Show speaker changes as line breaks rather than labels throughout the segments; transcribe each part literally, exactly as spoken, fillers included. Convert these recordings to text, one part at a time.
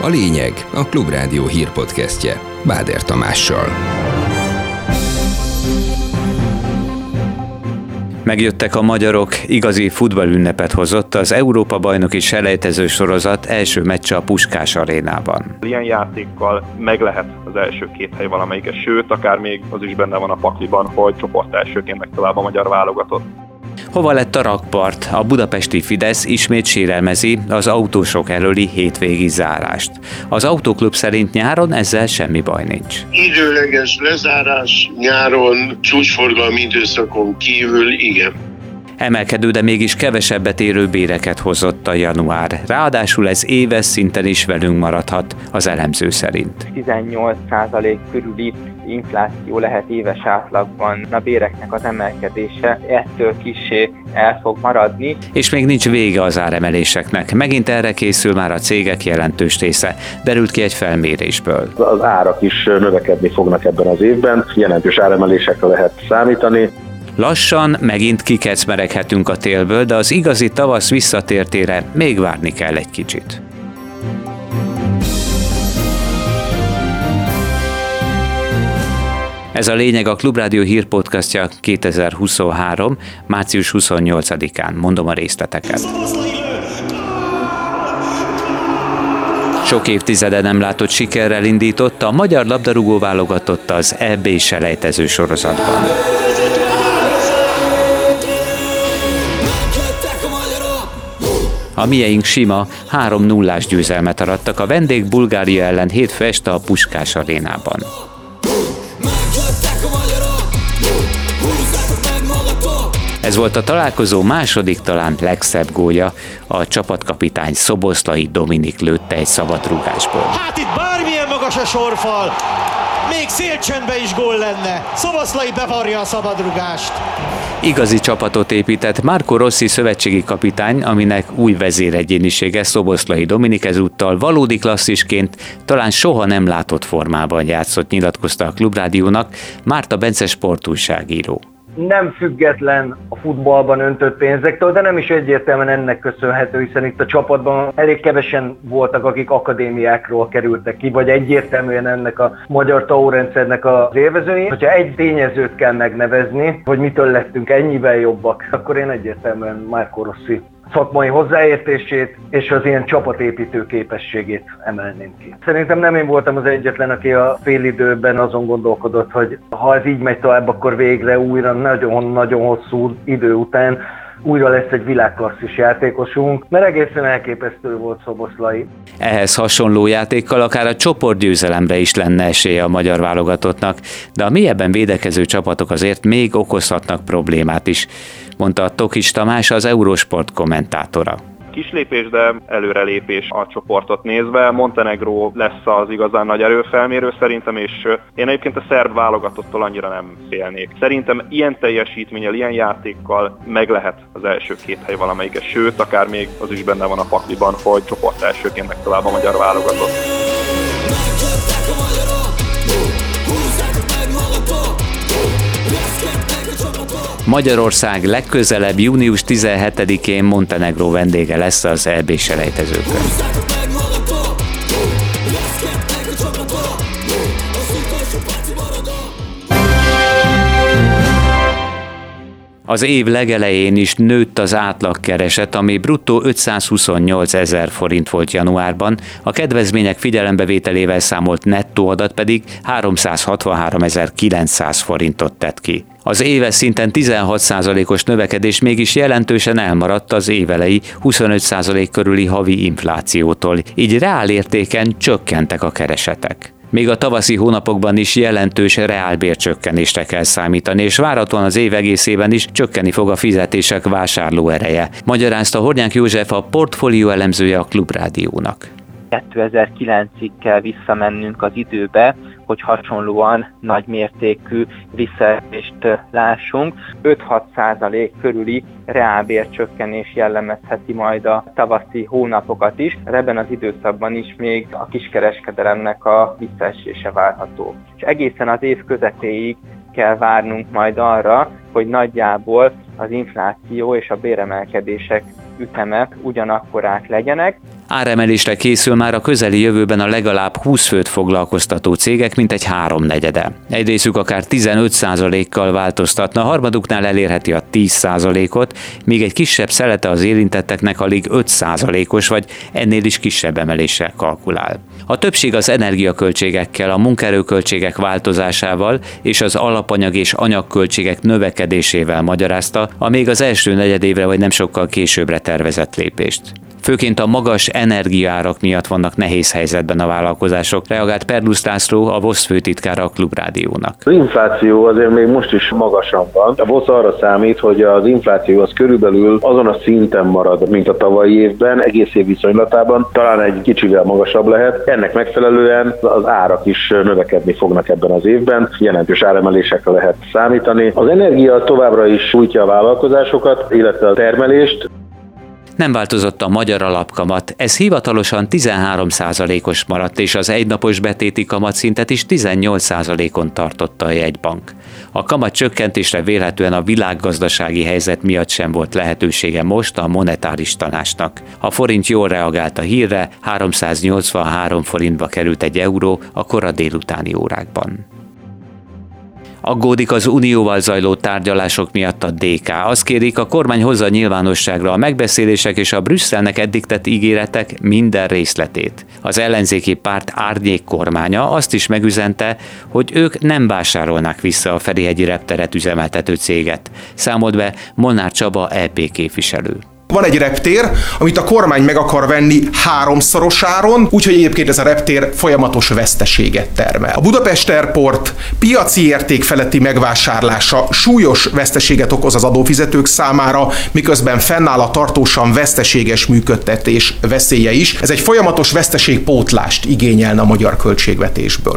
A lényeg a Klubrádió hírpodcastje Báder Tamással.
Megjöttek a magyarok, igazi futballünnepet hozott az Európa-bajnoki selejtező sorozat első meccse a Puskás arénában.
Ilyen játékkal meg lehet az első két hely valamelyike, sőt, akár még az is benne van a pakliban, hogy csoport elsőként megtalál a magyar válogatott.
Hova lett a rakpart? A budapesti Fidesz ismét sérelmezi az autósok előli hétvégi zárást. Az Autóklub szerint nyáron ezzel semmi baj nincs.
Időleges lezárás nyáron, csúcsforgalmi időszakon kívül igen.
Emelkedő, de mégis kevesebbet érő béreket hozott a január. Ráadásul ez éves szinten is velünk maradhat, az elemző szerint.
tizennyolc százalék körüli infláció lehet éves átlagban, a béreknek az emelkedése ettől kissé el fog maradni.
És még nincs vége az áremeléseknek. Megint erre készül már a cégek jelentős része. Derült ki egy felmérésből.
Az árak is növekedni fognak ebben az évben, jelentős áremelésekre lehet számítani.
Lassan megint kikecmereghetünk a télből, de az igazi tavasz visszatértére még várni kell egy kicsit. Ez a lényeg a Klubrádió hírpodcastja kétezer-huszonhárom. március huszonnyolcadikán. Mondom a részleteket. Sok évtizede nem látott sikerrel indított a magyar labdarúgó válogatott az é bé selejtező sorozatban. A mieink sima három nullás győzelmet arattak a vendég Bulgária ellen hétfő este a Puskás arénában. Ez volt a találkozó második, talán legszebb gólja. A csapatkapitány Szoboszlai Dominik lőtte egy szabadrúgásból.
Hát itt bármilyen magas a sorfal, még szélcsendben is gól lenne. Szoboszlai bevarja a szabadrúgást.
Igazi csapatot épített Marco Rossi szövetségi kapitány, aminek új vezéregyénisége Szoboszlai Dominik ezúttal valódi klasszisként, talán soha nem látott formában játszott, nyilatkozta a Klubrádiónak Márta Bence sportújságíró.
Nem független a futballban öntött pénzektől, de nem is egyértelműen ennek köszönhető, hiszen itt a csapatban elég kevesen voltak, akik akadémiákról kerültek ki, vagy egyértelműen ennek a magyar té á o rendszernek az élvezői. Hogyha egy tényezőt kell megnevezni, hogy mitől lettünk ennyivel jobbak, akkor én egyértelműen Marco Rossi szakmai hozzáértését és az ilyen csapatépítő képességét emelném ki. Szerintem nem én voltam az egyetlen, aki a félidőben azon gondolkodott, hogy ha ez így megy tovább, akkor végre újra nagyon-nagyon hosszú idő után újra lesz egy világklasszis játékosunk, mert egészen elképesztő volt Szoboszlai.
Ehhez hasonló játékkal akár a csoportgyőzelemre is lenne esélye a magyar válogatottnak, de a mélyebben védekező csapatok azért még okozhatnak problémát is, mondta a Tokics Tamás, az Eurosport kommentátora.
Kislépés, de előrelépés a csoportot nézve. Montenegró lesz az igazán nagy erőfelmérő szerintem, és én egyébként a szerb válogatottól annyira nem félnék. Szerintem ilyen teljesítménnyel, ilyen játékkal meg lehet az első két hely valamelyike, sőt, akár még az is benne van a pakliban, hogy csoport elsőként megtalál a magyar válogatott.
Magyarország legközelebb június tizenhetedikén Montenegró vendége lesz az é bé selejtezőkön. Az év legelején is nőtt az átlagkereset, ami bruttó ötszázhuszonnyolc ezer forint volt januárban, a kedvezmények figyelembevételével számolt nettó adat pedig háromszázhatvanháromezer-kilencszáz forintot tett ki. Az éves szinten tizenhat százalékos növekedés mégis jelentősen elmaradt az évelei huszonöt százalék körüli havi inflációtól, így reálértéken csökkentek a keresetek. Még a tavaszi hónapokban is jelentős reálbércsökkenésre kell számítani, és várhatóan az év egészében is csökkenni fog a fizetések vásárlóereje, magyarázta Hornyák József, a portfólió elemzője a Klubrádiónak.
kétezer-kilencig kell visszamennünk az időbe, hogy hasonlóan nagymértékű visszaesést lássunk. öt-hat százalék körüli reálbércsökkenés jellemezheti majd a tavaszi hónapokat is. Ebben az időszakban is még a kiskereskedelemnek a visszaesése várható. És egészen az év közepéig kell várnunk majd arra, hogy nagyjából az infláció és a béremelkedések üteme ugyanakkorák legyenek.
Áremelésre készül már a közeli jövőben a legalább húsz főt foglalkoztató cégek mintegy háromnegyede. Egy részük akár tizenöt százalékkal változtatna, a harmaduknál elérheti a tíz százalékot, míg egy kisebb szelete az érintetteknek alig öt százalékos vagy ennél is kisebb emeléssel kalkulál. A többség az energiaköltségekkel, a munkaerőköltségek változásával és az alapanyag és anyagköltségek növekedésével magyarázta a még az első negyedévre vagy nem sokkal későbbre tervezett lépést. Főként a magas energiaárak miatt vannak nehéz helyzetben a vállalkozások, reagált Perlusz László, a VOSZ főtitkára a Klubrádiónak.
Az infláció azért még most is magasan van. A VOSZ arra számít, hogy az infláció az körülbelül azon a szinten marad, mint a tavalyi évben, egész év viszonylatában, talán egy kicsivel magasabb lehet. Ennek megfelelően az árak is növekedni fognak ebben az évben, jelentős áremelésekre lehet számítani. Az energia továbbra is sújtja a vállalkozásokat, illetve a termelést.
Nem változott a magyar alapkamat, ez hivatalosan tizenhárom százalékos maradt, és az egynapos betéti kamatszintet is tizennyolc százalékon tartotta a jegybank. A kamat csökkentésre vélhetően a világgazdasági helyzet miatt sem volt lehetősége most a monetáris tanácsnak. A forint jól reagált a hírre, háromszáznyolcvanhárom forintba került egy euró a kora délutáni órákban. Aggódik az Unióval zajló tárgyalások miatt a dé ká. Azt kérik, a kormány hozza nyilvánosságra a megbeszélések és a Brüsszelnek eddig tett ígéretek minden részletét. Az ellenzéki párt árnyék kormánya azt is megüzente, hogy ők nem vásárolnák vissza a Ferihegyi repteret üzemeltető céget. Számolt be Molnár Csaba é pé képviselő.
Van egy reptér, amit a kormány meg akar venni háromszoros áron, úgyhogy egyébként ez a reptér folyamatos veszteséget termel. A Budapest Airport piaci érték feletti megvásárlása súlyos veszteséget okoz az adófizetők számára, miközben fennáll a tartósan veszteséges működtetés veszélye is. Ez egy folyamatos veszteségpótlást igényelne a magyar költségvetésből.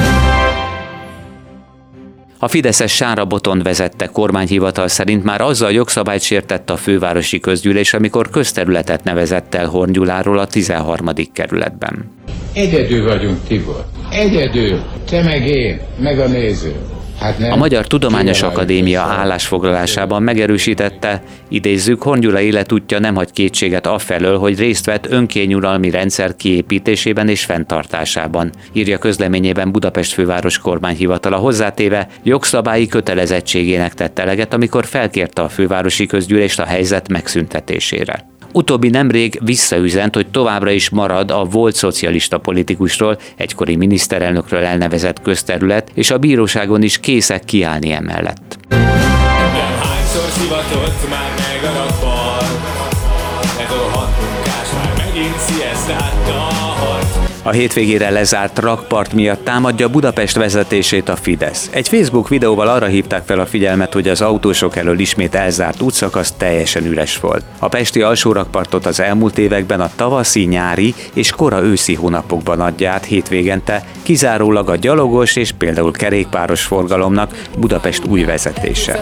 A fideszes Sára Botond vezette kormányhivatal szerint már azzal jogszabályt sértett a fővárosi közgyűlés, amikor közterületet nevezett el Horn Gyuláról a tizenharmadik kerületben.
Egyedül vagyunk, Tibor. Egyedül. Te meg én, meg a néző. Hát nem.
A Magyar Tudományos Akadémia állásfoglalásában megerősítette, idézzük, Horn Gyula életútja nem hagy kétséget afelől, hogy részt vett önkényuralmi rendszer kiépítésében és fenntartásában, írja közleményében Budapest főváros kormányhivatala, hozzátéve jogszabályi kötelezettségének tett eleget, amikor felkérte a fővárosi közgyűlést a helyzet megszüntetésére. Utóbbi nemrég visszaüzent, hogy továbbra is marad a volt szocialista politikusról, egykori miniszterelnökről elnevezett közterület, és a bíróságon is készek kiállni emellett.
Hányszor szivatott már meg a rakpart, ez a hat munkás már megint sziasztát tart.
A hétvégére lezárt rakpart miatt támadja Budapest vezetését a Fidesz. Egy Facebook videóval arra hívták fel a figyelmet, hogy az autósok elől ismét elzárt útszakasz teljesen üres volt. A pesti alsórakpartot az elmúlt években a tavaszi, nyári és kora őszi hónapokban adja át hétvégente, kizárólag a gyalogos és például kerékpáros forgalomnak Budapest új vezetése.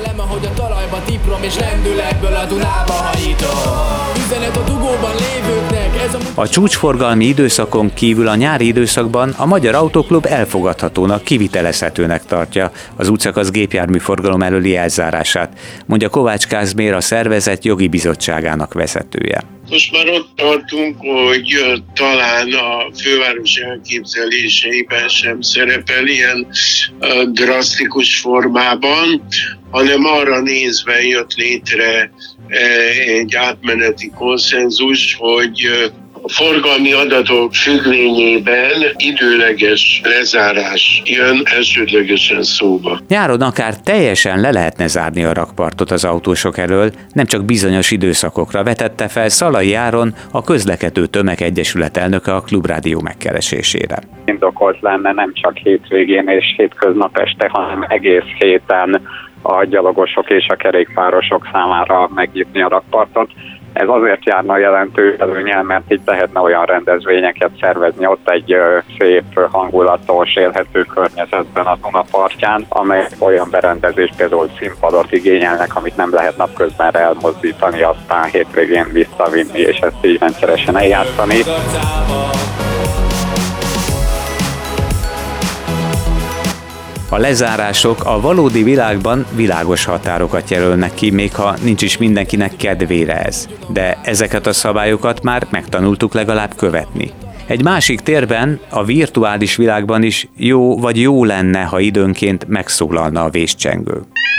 A csúcsforgalmi időszakon kívül a nyári időszakban a Magyar Autóklub elfogadhatónak, kivitelezhetőnek tartja az útszakasz gépjárműforgalom előli elzárását, mondja Kovács Kázmér, a szervezet jogi bizottságának vezetője.
Most már ott tartunk, hogy talán a főváros elképzeléseiben sem szerepel ilyen drasztikus formában, hanem arra nézve jött létre egy átmeneti konszenzus, hogy a forgalmi adatok függvényében időleges lezárás jön elsődlegesen szóba.
Nyáron akár teljesen le lehetne zárni a rakpartot az autósok elől, nem csak bizonyos időszakokra, vetette fel Szalai Áron, a Közlekedő Tömegegyesület elnöke a Klubrádió megkeresésére.
Indokolt lenne nem csak hétvégén és hétköznap este, hanem egész héten a gyalogosok és a kerékpárosok számára megnyitni a rakpartot. Ez azért járna jelentős előnnyel, mert itt lehetne olyan rendezvényeket szervezni ott egy szép, hangulatos, élhető környezetben a Duna partján, amely olyan berendezés, például színpadot igényelnek, amit nem lehet napközben elmozdítani, aztán hétvégén visszavinni, és ezt így rendszeresen eljátszani.
A lezárások a valódi világban világos határokat jelölnek ki, még ha nincs is mindenkinek kedvére ez. De ezeket a szabályokat már megtanultuk legalább követni. Egy másik térben, a virtuális világban is jó vagy jó lenne, ha időnként megszólalna a véscsengő.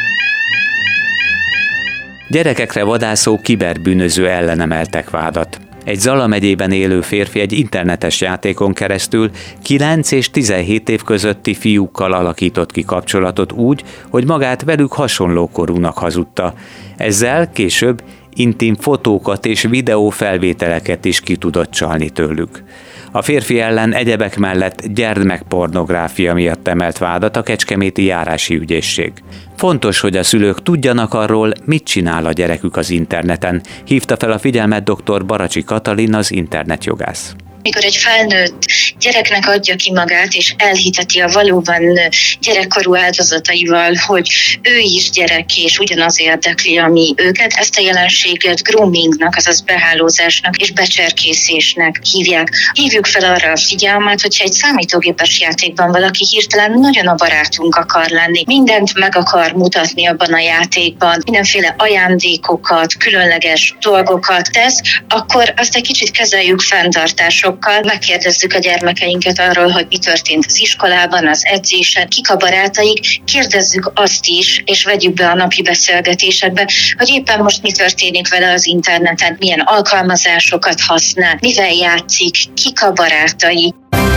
Gyerekekre vadászó kiberbűnöző ellen emeltek vádat. Egy Zala megyében élő férfi egy internetes játékon keresztül kilenc és tizenhét év közötti fiúkkal alakított ki kapcsolatot úgy, hogy magát velük hasonló korúnak hazudta. Ezzel később intim fotókat és videófelvételeket is ki tudott csalni tőlük. A férfi ellen egyebek mellett gyermekpornográfia miatt emelt vádat a kecskeméti járási ügyészség. Fontos, hogy a szülők tudjanak arról, mit csinál a gyerekük az interneten, hívta fel a figyelmet dr. Baracsi Katalin, az internetjogász.
Mikor egy felnőtt gyereknek adja ki magát, és elhiteti a valóban gyerekkorú áldozataival, hogy ő is gyerek, és ugyanaz érdekli, ami őket, ezt a jelenséget groomingnak, azaz behálózásnak és becserkészésnek hívják. Hívjuk fel arra a figyelmet, hogyha egy számítógépes játékban valaki hirtelen nagyon a barátunk akar lenni, mindent meg akar mutatni abban a játékban, mindenféle ajándékokat, különleges dolgokat tesz, akkor azt egy kicsit kezeljük fenntartások. Megkérdezzük a gyermekeinket arról, hogy mi történt az iskolában, az edzésen, kik a barátaik, kérdezzük azt is, és vegyük be a napi beszélgetésekbe, hogy éppen most mi történik vele az interneten, milyen alkalmazásokat használ, mivel játszik, kik a barátai.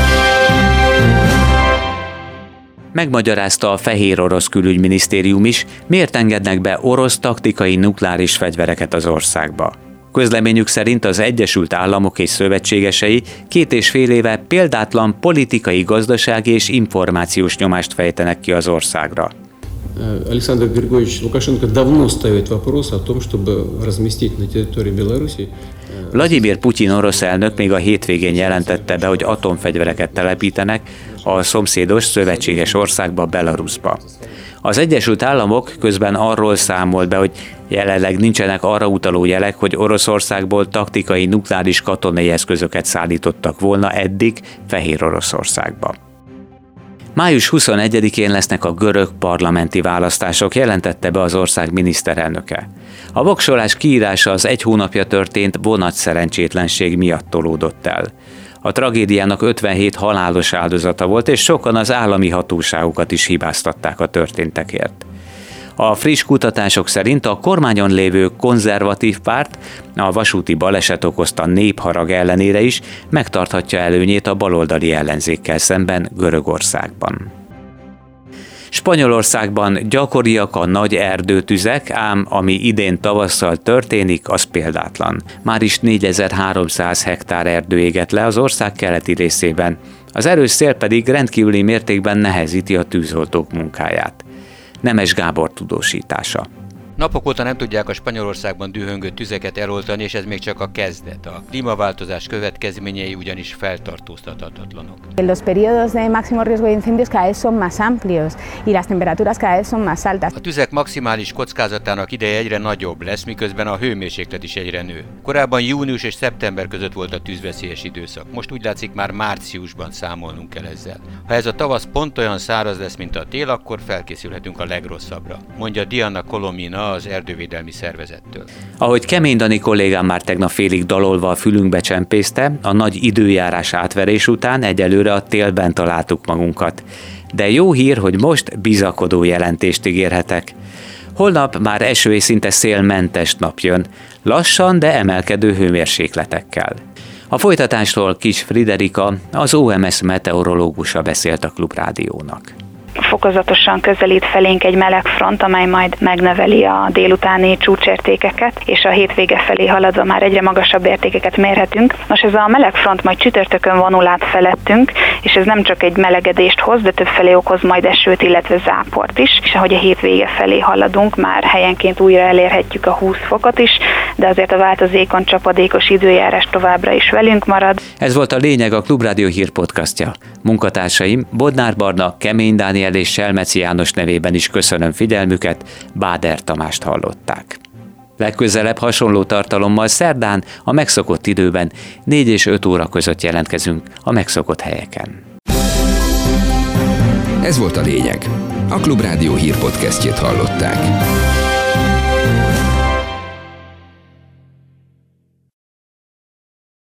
Megmagyarázta a fehér orosz külügyminisztérium is, miért engednek be orosz taktikai nukleáris fegyvereket az országba. Közleményük szerint az Egyesült Államok és szövetségesei két és fél éve példátlan politikai, gazdasági és információs nyomást fejtenek ki az országra.
Александр Григорьевич Лукашенко давно ставит вопрос о том, чтобы разместить на территории Беларуси.
Vladimir Putyin orosz elnök még a hétvégén jelentette be, hogy atomfegyvereket telepítenek a szomszédos szövetséges országba, Belarusba. Az Egyesült Államok közben arról számolt be, hogy jelenleg nincsenek arra utaló jelek, hogy Oroszországból taktikai nukleáris katonai eszközöket szállítottak volna eddig Fehér Oroszországba. május huszonegyedikén lesznek a görög parlamenti választások, jelentette be az ország miniszterelnöke. A voksolás kiírása az egy hónapja történt vonatszerencsétlenség miatt tolódott el. A tragédiának ötvenhét halálos áldozata volt, és sokan az állami hatóságokat is hibáztatták a történtekért. A friss kutatások szerint a kormányon lévő konzervatív párt a vasúti baleset okozta népharag ellenére is megtarthatja előnyét a baloldali ellenzékkel szemben Görögországban. Spanyolországban gyakoriak a nagy erdőtüzek, ám ami idén tavasszal történik, az példátlan. Máris négyezer-háromszáz hektár erdő égett le az ország keleti részében, az erős szél pedig rendkívüli mértékben nehezíti a tűzoltók munkáját. Nemes Gábor tudósítása.
Napok óta nem tudják a Spanyolországban dühöngő tüzeket eloltani, és ez még csak a kezdet. A klímaváltozás következményei ugyanis feltartóztathatatlanok.
Los periodos de máximo riesgo de incendios cada vez son más amplios y las temperaturas cada vez son más altas.
A tüzek maximális kockázatának ideje egyre nagyobb lesz, miközben a hőmérséklet is egyre nő. Korábban június és szeptember között volt a tűzveszélyes időszak. Most úgy látszik, már márciusban számolnunk kell ezzel. Ha ez a tavasz pont olyan száraz lesz, mint a tél, akkor felkészülhetünk a legrosszabbra, mondja Diana Colomina az erdővédelmi szervezettől.
Ahogy Kemény Dani kollégám már tegnap félig dalolva a fülünkbe csempészte, a nagy időjárás átverés után egyelőre a télben találtuk magunkat. De jó hír, hogy most bizakodó jelentést ígérhetek. Holnap már eső és szinte szélmentes nap jön, lassan, de emelkedő hőmérsékletekkel. A folytatásról Kis Friderika, az o em es meteorológusa beszélt a Klubrádiónak.
Fokozatosan közelít felénk egy meleg front, amely majd megnöveli a délutáni csúcsértékeket, és a hétvége felé haladva már egyre magasabb értékeket mérhetünk. Nos, ez a meleg front majd csütörtökön vonul át felettünk, és ez nem csak egy melegedést hoz, de többfelé okoz majd esőt, illetve záport is, és ahogy a hétvége felé haladunk, már helyenként újra elérhetjük a húsz fokot is, de azért a változékony csapadékos időjárás továbbra is velünk marad.
Ez volt a lényeg, a Klubrádió hírpodcastja. Munkatársaim Bodnár Barna, Kemény Dániel és Selmeci János nevében is köszönöm figyelmüket, Báder Tamást hallották. Legközelebb hasonló tartalommal szerdán a megszokott időben négy és öt óra között jelentkezünk a megszokott helyeken.
Ez volt a lényeg. A Klubrádió hírpodcastjét hallották.